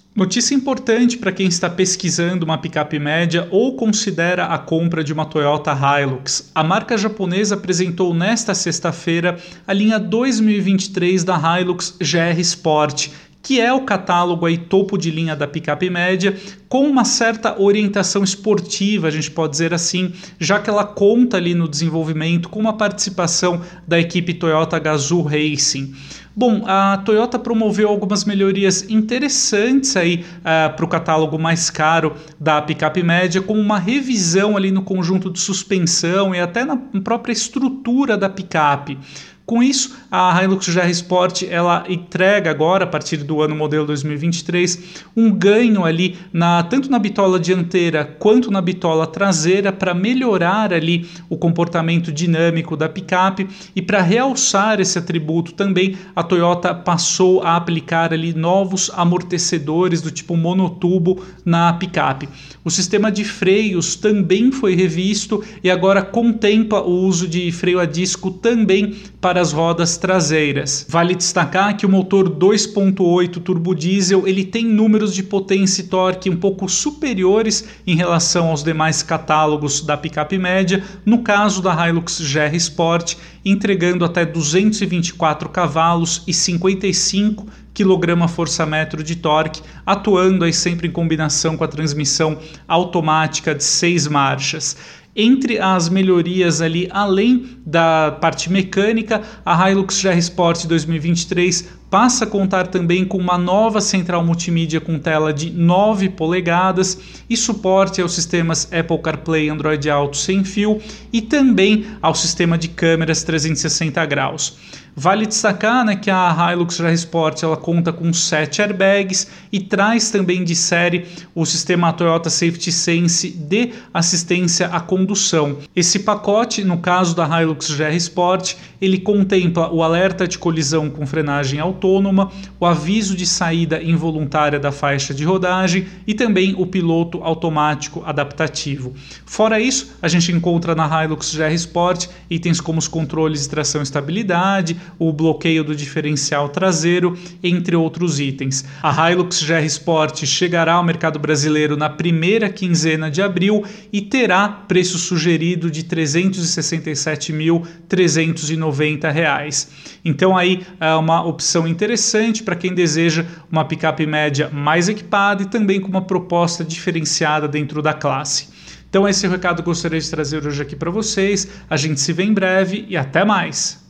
Notícia importante para quem está pesquisando uma picape média ou considera a compra de uma Toyota Hilux. A marca japonesa apresentou nesta sexta-feira a linha 2023 da Hilux GR Sport, que é o catálogo aí topo de linha da picape média, com uma certa orientação esportiva, a gente pode dizer assim, já que ela conta ali no desenvolvimento com uma participação da equipe Toyota Gazoo Racing. Bom, a Toyota promoveu algumas melhorias interessantes aí para o catálogo mais caro da picape média, como uma revisão ali no conjunto de suspensão e até na própria estrutura da picape. Com isso, a Hilux GR Sport ela entrega agora, a partir do ano modelo 2023, um ganho ali tanto na bitola dianteira quanto na bitola traseira para melhorar ali o comportamento dinâmico da picape, e para realçar esse atributo também a Toyota passou a aplicar ali novos amortecedores do tipo monotubo na picape. O sistema de freios também foi revisto e agora contempla o uso de freio a disco também para as rodas traseiras. Vale destacar que o motor 2.8 turbo diesel ele tem números de potência e torque um pouco superiores em relação aos demais catálogos da picape média, no caso da Hilux GR Sport, entregando até 224 cavalos e 55 kgfm de torque, atuando aí sempre em combinação com a transmissão automática de 6 marchas. Entre as melhorias ali, além da parte mecânica, a Hilux GR Sport 2023 passa a contar também com uma nova central multimídia com tela de 9 polegadas e suporte aos sistemas Apple CarPlay e Android Auto sem fio e também ao sistema de câmeras 360 graus. Vale destacar, que a Hilux GR Sport ela conta com 7 airbags e traz também de série o sistema Toyota Safety Sense de assistência à condução. Esse pacote, no caso da Hilux GR Sport, ele contempla o alerta de colisão com frenagem autônoma, o aviso de saída involuntária da faixa de rodagem e também o piloto automático adaptativo. Fora isso, a gente encontra na Hilux GR Sport itens como os controles de tração e estabilidade, o bloqueio do diferencial traseiro, entre outros itens. A Hilux GR Sport chegará ao mercado brasileiro na primeira quinzena de abril e terá preço sugerido de R$ 367.390. Então aí é uma opção interessante para quem deseja uma picape média mais equipada e também com uma proposta diferenciada dentro da classe. Então esse é o recado que eu gostaria de trazer hoje aqui para vocês. A gente se vê em breve e até mais!